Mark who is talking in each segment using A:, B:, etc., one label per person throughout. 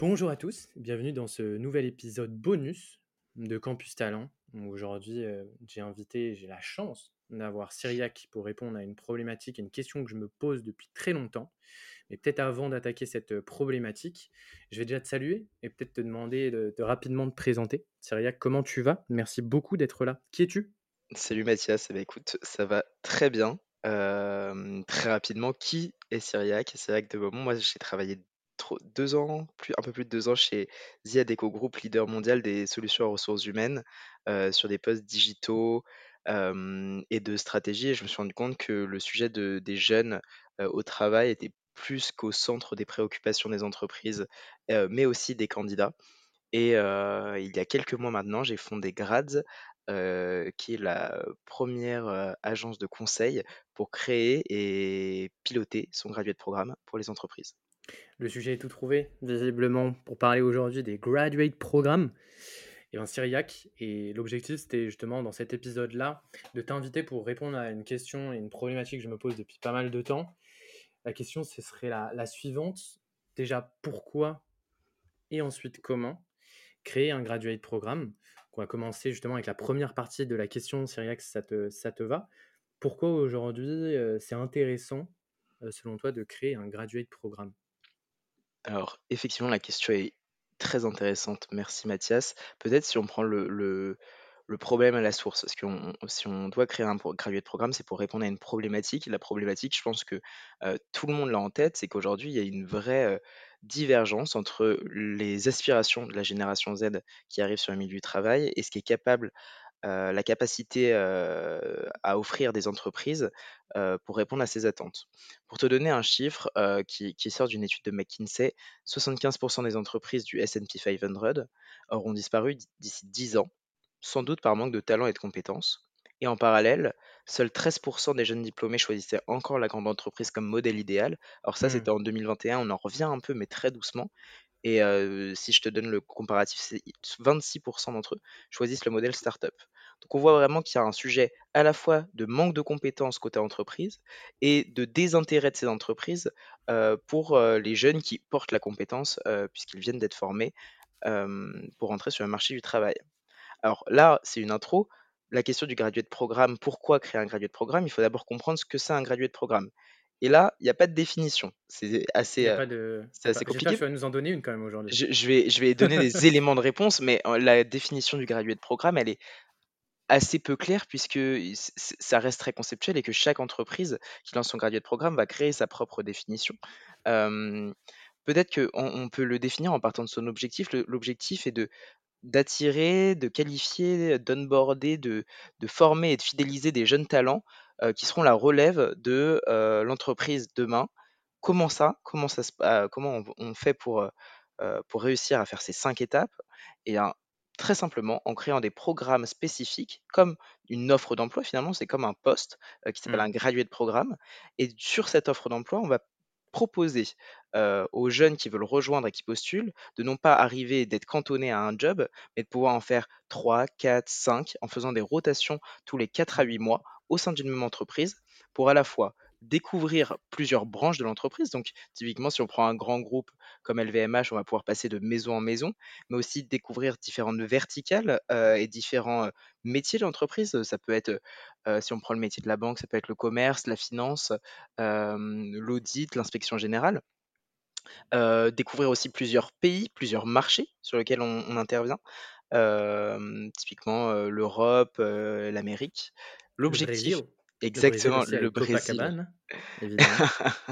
A: Bonjour à tous, bienvenue dans ce nouvel épisode bonus de Campus Talent. Aujourd'hui, j'ai la chance d'avoir Cyriac pour répondre à une problématique et une question que je me pose depuis très longtemps. Mais peut-être avant d'attaquer cette problématique, je vais déjà te saluer et peut-être te demander de rapidement te présenter. Cyriac, comment tu vas? Merci beaucoup d'être là. Qui es-tu?
B: Salut Mathias, eh ben, écoute, ça va très bien. Très rapidement, qui est Cyriac? Cyriac de Beaumont, moi j'ai travaillé 2 ans, un peu plus de 2 ans chez Ziadeco Group, leader mondial des solutions aux ressources humaines, sur des postes digitaux, et de stratégie. Et je me suis rendu compte que le sujet des jeunes au travail était plus qu'au centre des préoccupations des entreprises, mais aussi des candidats. Et il y a quelques mois maintenant, j'ai fondé Grads, qui est la première agence de conseil pour créer et piloter son graduate programme pour les entreprises.
A: Le sujet est tout trouvé, visiblement, pour parler aujourd'hui des graduate programmes. Et bien, Cyriac, et l'objectif, c'était justement dans cet épisode-là, de t'inviter pour répondre à une question et une problématique que je me pose depuis pas mal de temps. La question, ce serait la suivante. Déjà, pourquoi et ensuite comment créer un graduate programme? On va commencer justement avec la première partie de la question, Cyriac, si ça te va. Pourquoi aujourd'hui, c'est intéressant, selon toi, de créer un graduate programme?
B: Alors effectivement, la question est très intéressante. Merci Mathias. Peut-être si on prend le problème à la source, parce que si on doit créer un graduate programme, c'est pour répondre à une problématique. La problématique, je pense que tout le monde l'a en tête, c'est qu'aujourd'hui, il y a une vraie divergence entre les aspirations de la génération Z qui arrive sur le milieu du travail et ce qui est capable la capacité, à offrir des entreprises, pour répondre à ces attentes. Pour te donner un chiffre, qui sort d'une étude de McKinsey, 75 des entreprises du S&P 500 auront disparu d'ici 10 ans, sans doute par manque de talent et de compétences. Et en parallèle, seuls 13 des jeunes diplômés choisissaient encore la grande entreprise comme modèle idéal. Alors ça,
A: Hmm.
B: c'était en 2021, on en revient un peu, mais très doucement. Et si je te donne le comparatif, c'est 26 d'entre eux choisissent le modèle startup. Donc on voit vraiment qu'il y a un sujet à la fois de manque de compétences côté entreprise et de désintérêt de ces entreprises, pour, les jeunes qui portent la compétence, puisqu'ils viennent d'être formés, pour entrer sur le marché du travail. Alors là, c'est une intro. La question du graduate programme, pourquoi créer un graduate programme? Il faut d'abord comprendre ce que c'est un graduate programme. Et là, il y a pas de définition.
A: Il n'y a pas de...
B: C'est assez
A: J'espère que
B: compliqué.
A: tu vas nous en donner une quand même aujourd'hui.
B: Je vais donner des éléments de réponse, mais la définition du graduate programme, elle est assez peu claire puisque ça reste très conceptuel et que chaque entreprise qui lance son graduate programme va créer sa propre définition. Hem, Peut-être qu'on peut le définir en partant de son objectif. L'objectif est d'attirer, de qualifier, d'onboarder, de former et de fidéliser des jeunes talents, qui seront la relève de, l'entreprise demain. Comment on fait pour réussir à faire ces 5 étapes? Et bien, très simplement, en créant des programmes spécifiques, comme une offre d'emploi finalement, c'est comme un poste, qui s'appelle
A: Hmm.
B: un graduate programme. Et sur cette offre d'emploi, on va proposer, aux jeunes qui veulent rejoindre et qui postulent, de non pas arriver et d'être cantonnés à un job, mais de pouvoir en faire 3, 4, 5, en faisant des rotations tous les 4 à 8 mois au sein d'une même entreprise, pour à la fois découvrir plusieurs branches de l'entreprise. Donc typiquement, si on prend un grand groupe comme LVMH, on va pouvoir passer de maison en maison, mais aussi découvrir différentes verticales, et différents, métiers de l'entreprise. Ça peut être, si on prend le métier de la banque, ça peut être le commerce, la finance, l'audit, l'inspection générale. Découvrir aussi plusieurs pays, plusieurs marchés sur lesquels on intervient, typiquement, l'Europe, l'Amérique.
A: Le
B: L'objectif
A: Brésil. Le Brésil
B: exactement,
A: aussi
B: le
A: avec
B: Brésil.
A: Copacabana, évidemment.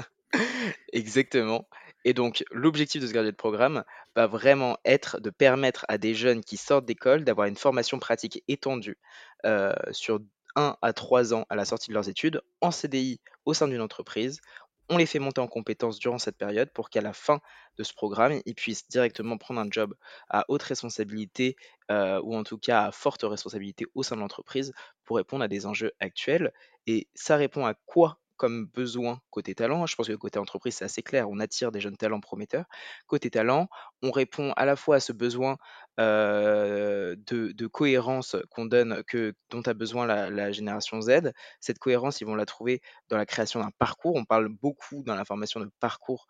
B: Exactement. Et donc l'objectif de ce graduate programme va vraiment être de permettre à des jeunes qui sortent d'école d'avoir une formation pratique étendue, sur 1 à 3 ans à la sortie de leurs études, en CDI au sein d'une entreprise. On les fait monter en compétences durant cette période pour qu'à la fin de ce programme, ils puissent directement prendre un job à haute responsabilité, ou en tout cas à forte responsabilité au sein de l'entreprise pour répondre à des enjeux actuels. Et ça répond à quoi comme besoin côté talent? Je pense que côté entreprise, c'est assez clair, on attire des jeunes talents prometteurs. Côté talent, on répond à la fois à ce besoin, de cohérence qu'on donne dont a besoin la génération Z. Cette cohérence, ils vont la trouver dans la création d'un parcours. On parle beaucoup dans la formation de parcours,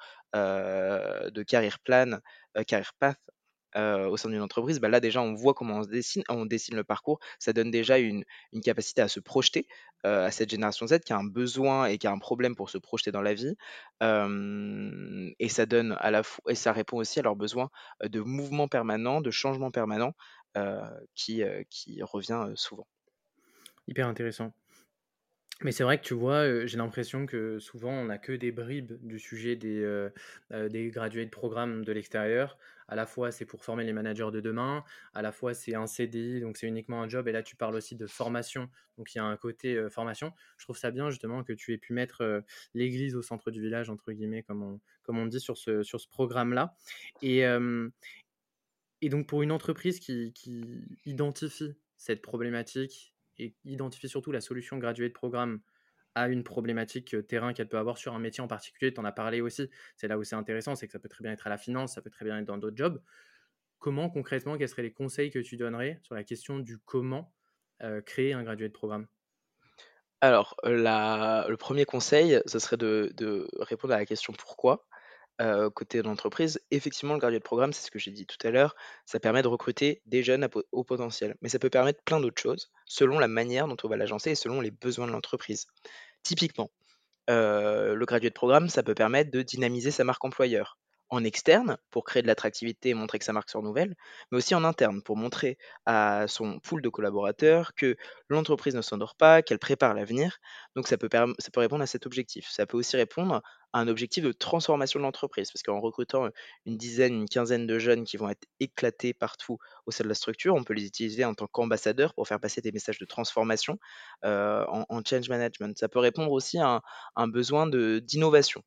B: de carrière plan, career path, au sein d'une entreprise. Bah, là, déjà, on voit comment on dessine le parcours. Ça donne déjà une capacité à se projeter, à cette génération Z qui a un besoin et qui a un problème pour se projeter dans la vie. Et ça donne à la fois et ça répond aussi à leurs besoins, de mouvement permanent, de changement permanent, heu, qui revient, souvent.
A: Hyper intéressant. Mais c'est vrai que tu vois, j'ai l'impression que souvent on n'a que des bribes du sujet des graduate programmes de l'extérieur. À la fois, c'est pour former les managers de demain, à la fois c'est un CDI, donc c'est uniquement un job et là tu parles aussi de formation, donc il y a un côté, formation. Je trouve ça bien justement que tu aies pu mettre, «l'église au centre du village» entre guillemets comme on dit sur ce programme-là et hem et donc pour une entreprise qui identifie cette problématique et identifie surtout la solution graduate programme à une problématique, terrain qu'elle peut avoir sur un métier en particulier, tu en as parlé aussi. C'est là où c'est intéressant, c'est que ça peut très bien être à la finance, ça peut très bien être dans d'autres jobs. Comment concrètement, quels seraient les conseils que tu donnerais sur la question du comment, créer un graduate programme?
B: Alors, le premier conseil, ce serait de répondre à la question «Pourquoi?». Côté de l'entreprise, effectivement, le graduate programme, c'est ce que j'ai dit tout à l'heure, ça permet de recruter des jeunes à au potentiel. Mais ça peut permettre plein d'autres choses, selon la manière dont on va l'agencer et selon les besoins de l'entreprise. Typiquement, le graduate programme, ça peut permettre de dynamiser sa marque employeur. En externe, pour créer de l'attractivité et montrer que sa marque se renouvelle, mais aussi en interne, pour montrer à son pool de collaborateurs que l'entreprise ne s'endort pas, qu'elle prépare l'avenir. Donc ça peut répondre à cet objectif. Ça peut aussi répondre à un objectif de transformation de l'entreprise, parce qu'en recrutant une dizaine, une quinzaine de jeunes qui vont être éclatés partout au sein de la structure, on peut les utiliser en tant qu'ambassadeurs pour faire passer des messages de transformation en change management. Ça peut répondre aussi à un besoin d'innovation.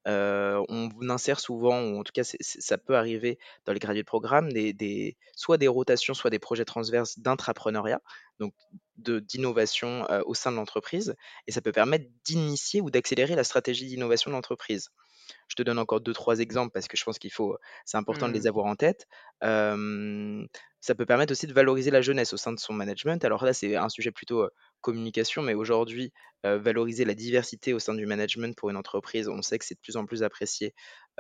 B: On insère souvent, ou en tout cas ça peut arriver dans les graduate programmes, soit des rotations, soit des projets transverses d'intrapreneuriat, donc d'innovation au sein de l'entreprise, et ça peut permettre d'initier ou d'accélérer la stratégie d'innovation de l'entreprise. Je te donne encore deux trois exemples parce que je pense c'est important de les
A: Mmh.
B: avoir en tête. Hem, Ça peut permettre aussi de valoriser la jeunesse au sein de son management. Alors là, c'est un sujet plutôt, communication, mais aujourd'hui, valoriser la diversité au sein du management pour une entreprise, on sait que c'est de plus en plus apprécié,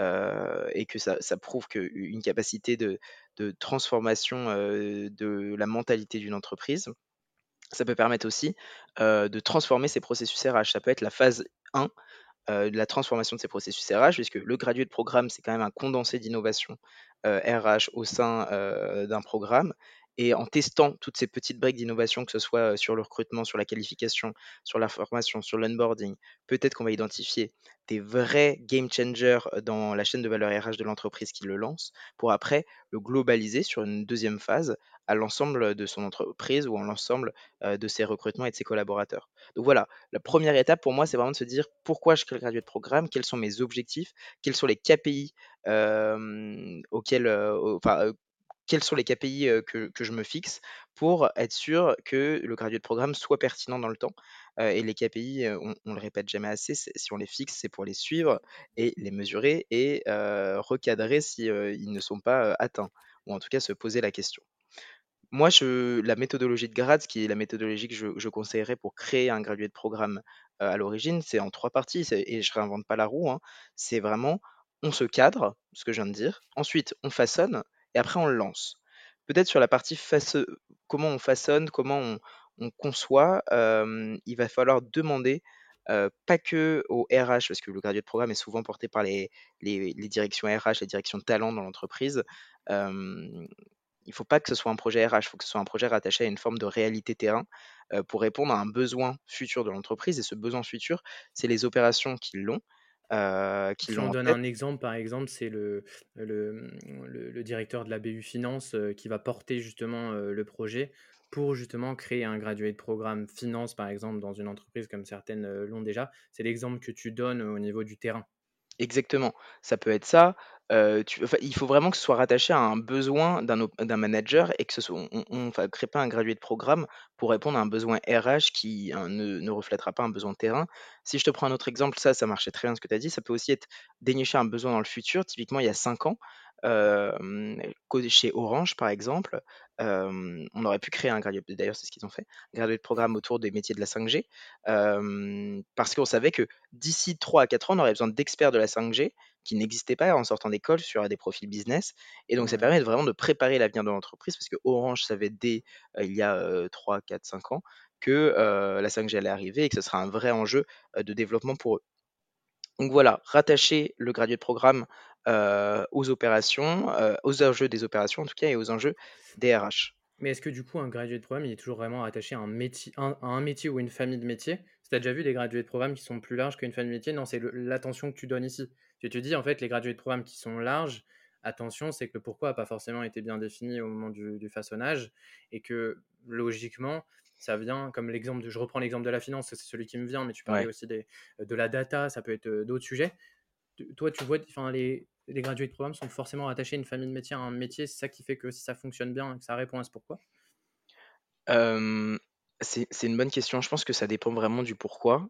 B: et que ça prouve qu'une capacité de transformation, de la mentalité d'une entreprise. Ça peut permettre aussi, de transformer ses processus RH. Ça peut être la phase 1 de la transformation de ces processus RH, puisque le graduate programme, c'est quand même un condensé d'innovation RH au sein d'un programme. Et en testant toutes ces petites briques d'innovation, que ce soit sur le recrutement, sur la qualification, sur la formation, sur l'onboarding, peut-être qu'on va identifier des vrais game changers dans la chaîne de valeur RH de l'entreprise qui le lance, pour après le globaliser sur une deuxième phase à l'ensemble de son entreprise ou à l'ensemble de ses recrutements et de ses collaborateurs. Donc voilà, la première étape pour moi, c'est vraiment de se dire: «Pourquoi je crée le graduate programme? Quels sont mes objectifs? Quels sont les KPI, auxquels, au enfin, quels sont les KPI, que je me fixe pour être sûr que le graduate programme soit pertinent dans le temps?» Et les KPI, on le répète jamais assez, si on les fixe, c'est pour les suivre et les mesurer et recadrer si, ils ne sont pas, atteints, ou en tout cas se poser la question. Moi, la méthodologie de Graz, qui est la méthodologie que je conseillerais pour créer un graduate programme, à l'origine, c'est en 3 parties, et je réinvente pas la roue, hein. C'est vraiment, on se cadre, ce que je viens de dire, ensuite on façonne et après on le lance. Peut-être sur la partie comment on façonne, comment on conçoit, il va falloir demander, pas que aux RH, parce que le graduate programme est souvent porté par les directions RH, les directions de talent dans l'entreprise. Hem Il faut pas que ce soit un projet RH, il faut que ce soit un projet rattaché à une forme de réalité terrain, pour répondre à un besoin futur de l'entreprise, et ce besoin futur, c'est les opérations qui
A: Si
B: l'ont
A: on
B: en
A: donne
B: tête.
A: un exemple, par exemple, c'est le directeur de la BU Finance, qui va porter justement, le projet pour justement créer un graduate programme finance, par exemple, dans une entreprise comme certaines, l'ont déjà. C'est l'exemple que tu donnes au niveau du terrain.
B: Exactement, ça peut être ça, il faut vraiment que ce soit rattaché à un besoin d'un manager, et que ce soit enfin, crée pas un graduate programme pour répondre à un besoin RH qui, ne reflètera pas un besoin terrain. Si je te prends un autre exemple, ça marchait très bien ce que tu as dit, ça peut aussi être dénicher un besoin dans le futur. Typiquement, il y a 5 ans, chez Orange, par exemple, on aurait pu créer un graduate d'ailleurs, c'est ce qu'ils ont fait, un graduate programme autour des métiers de la 5G, parce qu'on savait que d'ici 3 à 4 ans, on aurait besoin d'experts de la 5G qui n'existaient pas en sortant d'école sur des profils business. Et donc, ça
A: Ouais.
B: permet vraiment de préparer l'avenir de l'entreprise parce que Orange savait dès il y a 3, 4, 5 ans que la 5G allait arriver et que ce sera un vrai enjeu de développement pour eux. Donc voilà, rattacher le graduate programme aux opérations, aux enjeux des opérations en tout cas et aux enjeux des RH.
A: Mais est-ce que du coup, un graduate programme, il est toujours vraiment attaché à un métier ou une famille de métiers? Parce que tu as déjà vu des graduate programmes qui sont plus larges qu'une famille de métiers? Non, c'est l'attention que tu donnes ici. Tu te dis, en fait, les graduate programmes qui sont larges, attention, c'est que le pourquoi n'a pas forcément été bien défini au moment du façonnage et que logiquement, ça vient, comme l'exemple je reprends l'exemple de la finance, c'est celui qui me vient, mais tu parlais
B: Ouais.
A: aussi de la data, ça peut être d'autres sujets. Toi, tu vois, enfin, les graduate programmes sont forcément attachés à une famille de métiers, à un métier, c'est ça qui fait que si ça fonctionne bien et que ça répond à ce pourquoi?
B: Hem, c'est une bonne question. Je pense que ça dépend vraiment du pourquoi.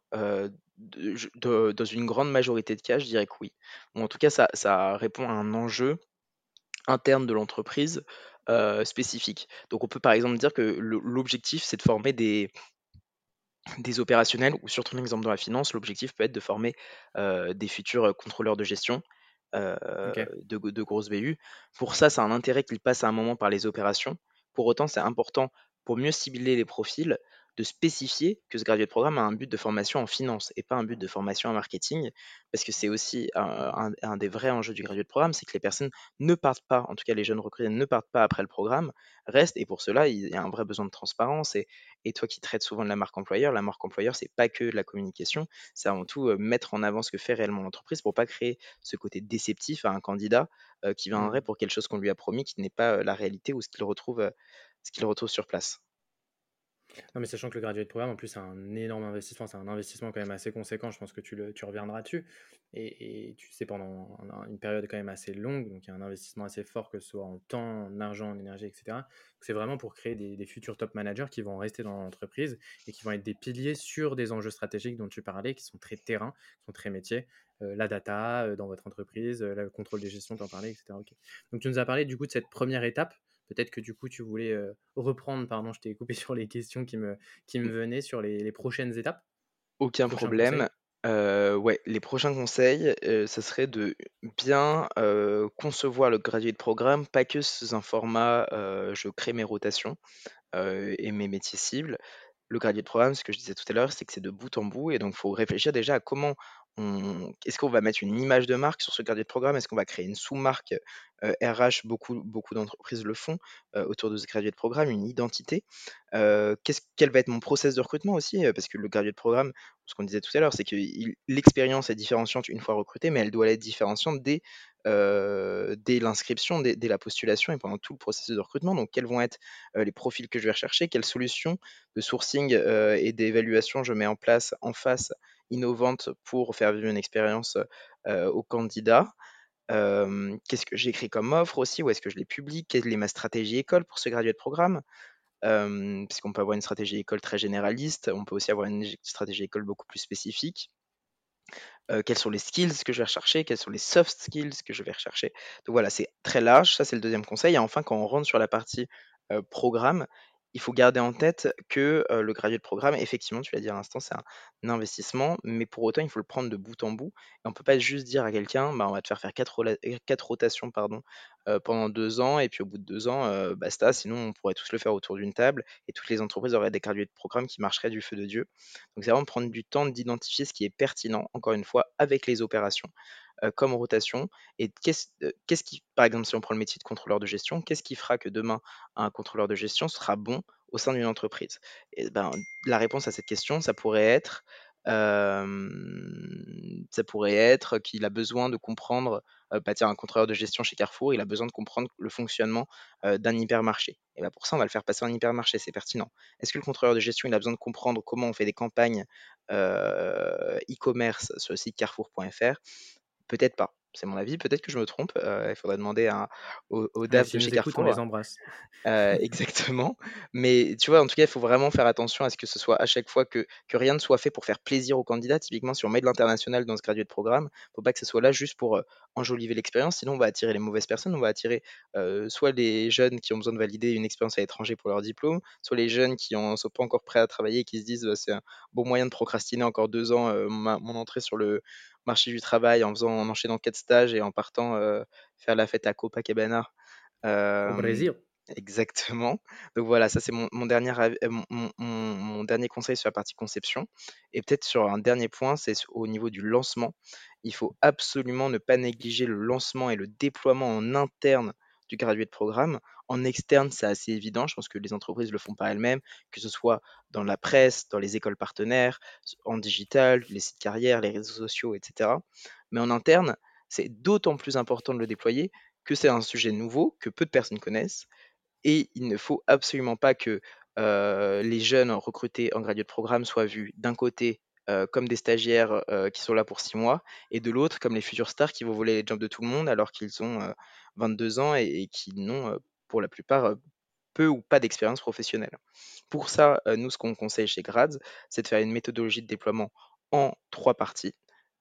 B: Dans une grande majorité de cas, je dirais que oui. Ou en tout cas, ça répond à un enjeu interne de l'entreprise, spécifique. Donc on peut par exemple dire que l'objectif, c'est de former des opérationnels ou surtout un exemple dans la finance, l'objectif peut être de former, des futurs, contrôleurs de gestion, heu,
A: Ok.
B: de grosses BU. Pour ça, ça a un intérêt qu'ils passent à un moment par les opérations. Pour autant, c'est important, pour mieux cibler les profils, de spécifier que ce graduate programme a un but de formation en finance et pas un but de formation en marketing. Parce que c'est aussi un des vrais enjeux du graduate programme, c'est que les personnes ne partent pas, en tout cas les jeunes recrutés ne partent pas après le programme, restent et pour cela, il y a un vrai besoin de transparence et toi qui traites souvent de la marque employeur, c'est pas que de la communication, c'est avant tout, mettre en avant ce que fait réellement l'entreprise pour pas créer ce côté déceptif à un candidat, qui viendrait
A: Hmm.
B: pour quelque chose qu'on lui a promis qui n'est pas, la réalité ou ce qu'il retrouve sur place.
A: Non, mais sachant que le graduate programme, en plus, c'est un énorme investissement, c'est un investissement quand même assez conséquent, je pense que tu reviendras dessus. Et tu sais, pendant une période quand même assez longue, donc il y a un investissement assez fort, que ce soit en temps, en argent, en énergie, etc. C'est vraiment pour créer des futurs top managers qui vont rester dans l'entreprise et qui vont être des piliers sur des enjeux stratégiques dont tu parlais, qui sont très terrain, qui sont très métiers. La data dans votre entreprise, le contrôle des gestions, t'en parlais, etc. Ok. Donc tu nous as parlé du coup de cette première étape. Peut-être que du coup, tu voulais reprendre, pardon, je t'ai coupé sur les questions qui me venaient sur les prochaines étapes,
B: Aucun
A: prochains
B: problème.
A: conseils.
B: Ouais, les prochains conseils, ça serait de bien, concevoir le graduate programme, pas que sous un format, je crée mes rotations, et mes métiers cibles. Le graduate programme, ce que je disais tout à l'heure, c'est que c'est de bout en bout et donc il faut réfléchir déjà à comment est-ce qu'on va mettre une image de marque sur ce graduate programme? Est-ce qu'on va créer une sous-marque, RH? Beaucoup d'entreprises le font, autour de ce graduate programme, une identité. Quel va être mon process de recrutement aussi? Parce que le graduate programme, ce qu'on disait tout à l'heure, c'est que l'expérience est différenciante une fois recruté, mais elle doit être différenciante dès l'inscription, dès la postulation et pendant tout le processus de recrutement. Donc quels vont être, les profils que je vais rechercher? Quelles solutions de sourcing, et d'évaluation je mets en place en face, innovante pour faire vivre une expérience, aux candidats? Qu'est-ce que j'écris comme offre aussi? Où est-ce que je les publie? Quelle est ma stratégie école pour ce graduate programme? Puisqu'on peut avoir une stratégie école très généraliste, on peut aussi avoir une stratégie école beaucoup plus spécifique. Quels sont les skills que je vais rechercher? Quels sont les soft skills que je vais rechercher? Donc voilà, c'est très large, ça c'est le deuxième conseil et enfin quand on rentre sur la partie, programme, il faut garder en tête que, le graduate programme, effectivement, tu l'as dit à l'instant, c'est un investissement, mais pour autant, il faut le prendre de bout en bout et on peut pas juste dire à quelqu'un: «Bah, on va te faire 4 rotations, pardon, pendant 2 ans et puis au bout de 2 ans, basta, sinon on pourrait tous le faire autour d'une table et toutes les entreprises auraient des graduate programmes qui marcheraient du feu de Dieu». Donc c'est vraiment prendre du temps d'identifier ce qui est pertinent, encore une fois, avec les opérations, comme rotation et qu'est-ce qui par exemple, si on prend le métier de contrôleur de gestion, qu'est-ce qui fera que demain, un contrôleur de gestion sera bon au sein d'une entreprise? Et ben, la réponse à cette question, ça pourrait être qu'il a besoin de comprendre, bah, tiens, un contrôleur de gestion chez Carrefour, il a besoin de comprendre le fonctionnement, d'un hypermarché et bah, pour ça, on va le faire passer en hypermarché, c'est pertinent. Est-ce que le contrôleur de gestion, il a besoin de comprendre comment on fait des campagnes, e-commerce sur le site carrefour.fr? Peut-être pas. C'est mon avis, peut-être que je me trompe, il faudrait demander au
A: Ouais,
B: DAF de
A: s'ils
B: chez
A: nous écoutent, on
B: Carrefour.
A: les embrasse.
B: Exactement. Mais tu vois, en tout cas, il faut vraiment faire attention à ce que ce soit à chaque fois que rien ne soit fait pour faire plaisir aux candidats. Typiquement, si on met de l'international dans ce graduate programme, faut pas que ce soit là juste pour enjoliver l'expérience, sinon on va attirer les mauvaises personnes. On va attirer soit les jeunes qui ont besoin de valider une expérience à l'étranger pour leur diplôme, soit les jeunes qui en sont pas encore prêts à travailler et qui se disent c'est un bon moyen de procrastiner encore 2 ans mon entrée sur le marché du travail en enchaînant 4 stages et en partant faire la fête à Copacabana.
A: Au
B: Hem,
A: Brésil.
B: exactement. Donc voilà, ça c'est mon dernier mon dernier conseil sur la partie conception et peut-être sur un dernier point, c'est au niveau du lancement. Il faut absolument ne pas négliger le lancement et le déploiement en interne du graduate programme. En externe, c'est assez évident, je pense que les entreprises le font par elles-mêmes, que ce soit dans la presse, dans les écoles partenaires, en digital, les sites carrières, les réseaux sociaux et cetera. Mais en interne, c'est d'autant plus important de le déployer que c'est un sujet nouveau, que peu de personnes connaissent et il ne faut absolument pas que, les jeunes recrutés en graduate programme soient vus d'un côté, comme des stagiaires, qui sont là pour 6 mois et de l'autre comme les futures stars qui vont voler les jobs de tout le monde alors qu'ils ont, 22 ans et qui n'ont, pour la plupart, peu ou pas d'expérience professionnelle. Pour ça, nous ce qu'on conseille chez Grads, c'est de faire une méthodologie de déploiement en 3 parties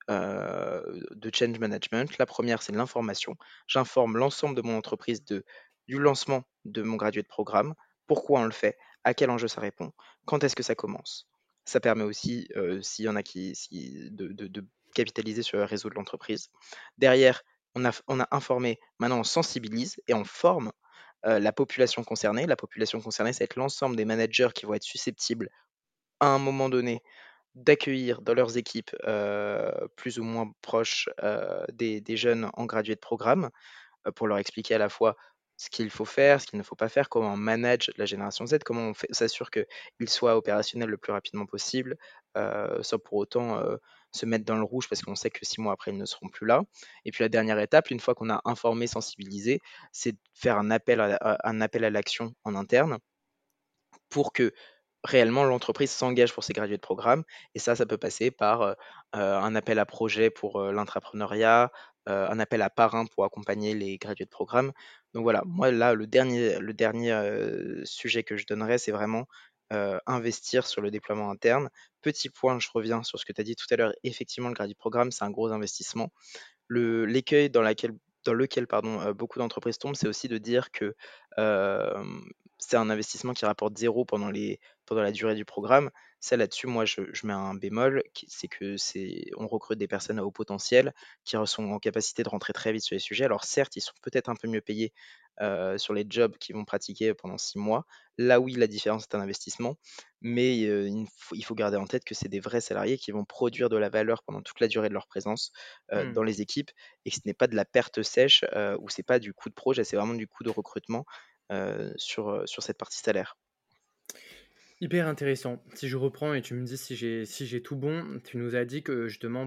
B: de change management. La première, c'est l'information. J'informe l'ensemble de mon entreprise du lancement de mon graduate programme, pourquoi on le fait, à quel enjeu ça répond, quand est-ce que ça commence. Ça permet aussi, s'il y en a de capitaliser sur le réseau de l'entreprise. Derrière, on a informé, maintenant on sensibilise et on forme la population concernée. La population concernée, ça va être l'ensemble des managers qui vont être susceptibles à un moment donné d'accueillir dans leurs équipes, plus ou moins proches, des jeunes en graduate programme, pour leur expliquer à la fois ce qu'il faut faire, ce qu'il ne faut pas faire, comment on manage la génération Z, comment on s'assure qu'ils soient opérationnels le plus rapidement possible, sans pour autant, se mettre dans le rouge parce qu'on sait que 6 mois après, ils ne seront plus là. Et puis la dernière étape, une fois qu'on a informé, sensibilisé, c'est de faire un appel à l'action en interne pour que réellement l'entreprise s'engage pour ces graduates programmes et ça peut passer par, un appel à projet pour, l'intrapreneuriat, un appel à parrain pour accompagner les graduates programmes. Donc voilà, moi là, le dernier, sujet que je donnerais, c'est vraiment, investir sur le déploiement interne. Petit point, je reviens sur ce que tu as dit tout à l'heure, effectivement, le graduate programme, c'est un gros investissement. L'écueil dans lequel pardon, beaucoup d'entreprises tombent, c'est aussi de dire que, hem, c'est un investissement qui rapporte zéro pendant la durée du programme. Ça, là-dessus, moi, je mets un bémol, c'est que on recrute des personnes à haut potentiel, qui sont en capacité de rentrer très vite sur les sujets. Alors certes, ils sont peut-être un peu mieux payés, sur les jobs qu'ils vont pratiquer pendant 6 mois. Là, oui, la différence est un investissement, mais il faut garder en tête que c'est des vrais salariés qui vont produire de la valeur pendant toute la durée de leur présence
A: Mmh.
B: dans les équipes et que ce n'est pas de la perte sèche, ou c'est pas du coût de projet, c'est vraiment du coût de recrutement, sur cette partie salaire.
A: Hyper intéressant. Si je reprends et tu me dis si j'ai tout bon, tu nous as dit que justement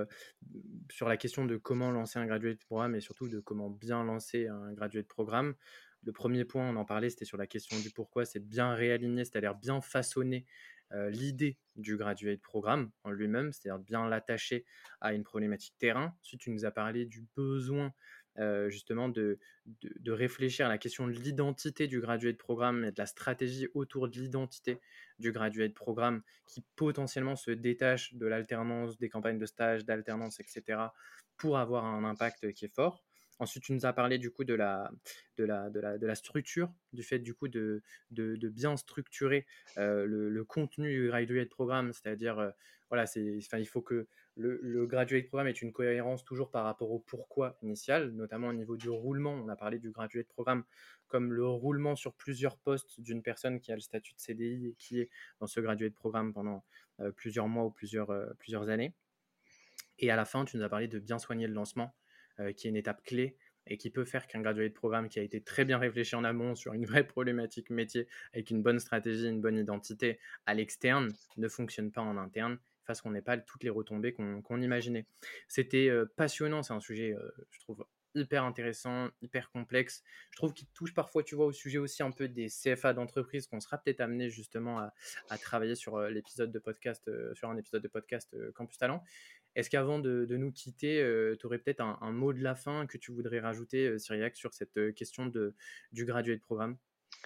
A: sur la question de comment lancer un graduate programme et surtout de comment bien lancer un graduate programme, le premier point, on en parlait, c'était sur la question du pourquoi, c'est de bien réaligner, c'est-à-dire bien façonner l'idée du graduate programme en lui-même, c'est-à-dire de bien l'attacher à une problématique terrain. Ensuite, tu nous as parlé du besoin justement de réfléchir à la question de l'identité du graduate programme et de la stratégie autour de l'identité du graduate programme qui potentiellement se détache de l'alternance, des campagnes de stage, d'alternance, etc., pour avoir un impact qui est fort. Ensuite, tu nous as parlé du coup de la structure, du fait du coup de bien structurer le contenu du graduate programme, c'est-à-dire, voilà, enfin, il faut que le graduate programme ait une cohérence toujours par rapport au pourquoi initial, notamment au niveau du roulement. On a parlé du graduate programme comme le roulement sur plusieurs postes d'une personne qui a le statut de CDI et qui est dans ce graduate programme pendant plusieurs mois ou plusieurs années. Et à la fin, tu nous as parlé de bien soigner le lancement, qui est une étape clé et qui peut faire qu'un graduate programme qui a été très bien réfléchi en amont sur une vraie problématique métier, avec une bonne stratégie, une bonne identité à l'externe, ne fonctionne pas en interne, parce qu'on n'ait pas toutes les retombées qu'on imaginait. C'était passionnant, c'est un sujet, je trouve, hyper intéressant, hyper complexe. Je trouve qu'il touche parfois, tu vois, au sujet aussi un peu des CFA d'entreprise qu'on sera peut-être amené justement à travailler sur l'épisode de podcast, sur un épisode de podcast Campus Talent. Est-ce qu'avant de nous quitter, tu aurais peut-être un mot de la fin que tu voudrais rajouter, Cyriaque, sur cette question du graduate programme?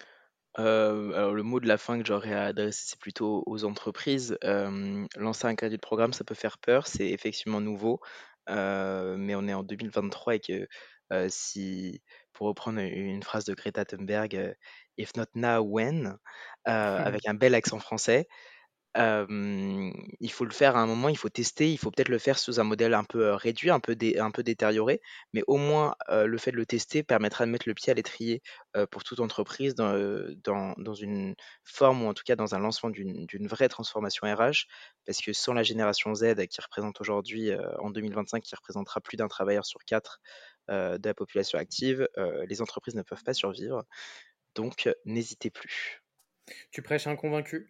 B: Alors le mot de la fin que j'aurais à adresser, c'est plutôt aux entreprises. Lancer un crédit de programme, ça peut faire peur, c'est effectivement nouveau, mais on est en 2023 et que, si pour reprendre une phrase de Greta Thunberg, «If not now, when?» Avec un bel accent français. Il faut le faire à un moment, il faut tester, il faut peut-être le faire sous un modèle un peu, réduit, un peu détérioré, mais au moins, le fait de le tester permettra de mettre le pied à l'étrier, pour toute entreprise dans une forme ou en tout cas dans un lancement d'une vraie transformation RH. Parce que sans la génération Z qui représente aujourd'hui, en 2025, qui représentera plus d'un travailleur sur 4 de la population active, les entreprises ne peuvent pas survivre. Donc, n'hésitez plus.
A: Tu prêches un convaincu.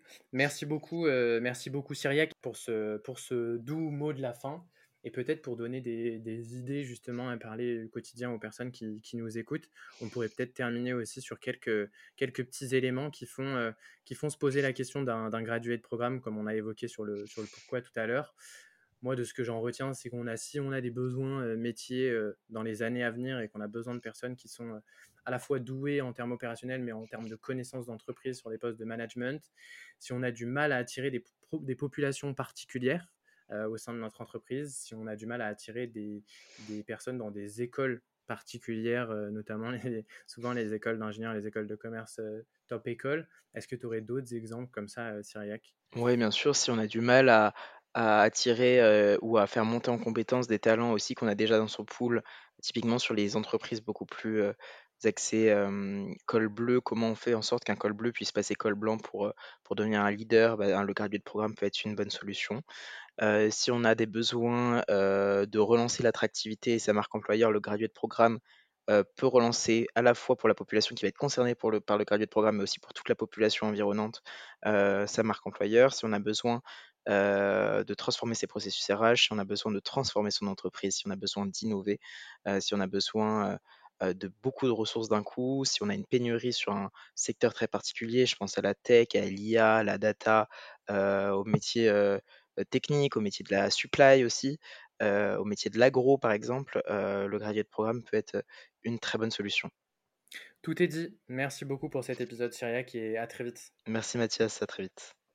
A: Merci beaucoup Cyriaque pour ce doux mot de la fin et peut-être pour donner des idées justement à parler au quotidien aux personnes qui nous écoutent. On pourrait peut-être terminer aussi sur quelques petits éléments qui font se poser la question d'un gradué de programme, comme on a évoqué sur le pourquoi tout à l'heure. Moi, de ce que j'en retiens, c'est si on a des besoins métiers dans les années à venir et qu'on a besoin de personnes qui sont à la fois douées en termes opérationnels, mais en termes de connaissances d'entreprise sur les postes de management, si on a du mal à attirer des populations particulières au sein de notre entreprise, si on a du mal à attirer des personnes dans des écoles particulières, notamment souvent les écoles d'ingénieurs, les écoles de commerce top école. Est-ce que tu aurais d'autres exemples comme ça, Cyriac?
B: Oui, bien sûr, si on a du mal à attirer, ou à faire monter en compétence des talents aussi qu'on a déjà dans son pool, typiquement sur les entreprises beaucoup plus, axées, col bleu, comment on fait en sorte qu'un col bleu puisse passer col blanc pour devenir un leader? Bah, le gradué de programme peut être une bonne solution. Si on a des besoins, de relancer l'attractivité et sa marque employeur, le graduate programme, peut relancer à la fois pour la population qui va être concernée par le graduate programme, mais aussi pour toute la population environnante, sa marque employeur. Si on a besoin, de transformer ses processus RH, si on a besoin de transformer son entreprise, si on a besoin d'innover, si on a besoin, de beaucoup de ressources d'un coup, si on a une pénurie sur un secteur très particulier, je pense à la tech, à l'IA, à la data, aux métiers, techniques, au métier de la supply aussi, au métier de l'agro par exemple, le graduate programme peut être, une très bonne solution.
A: Tout est dit. Merci beaucoup pour cet épisode, Cyriac, et à très vite.
B: Merci Mathias, à très vite.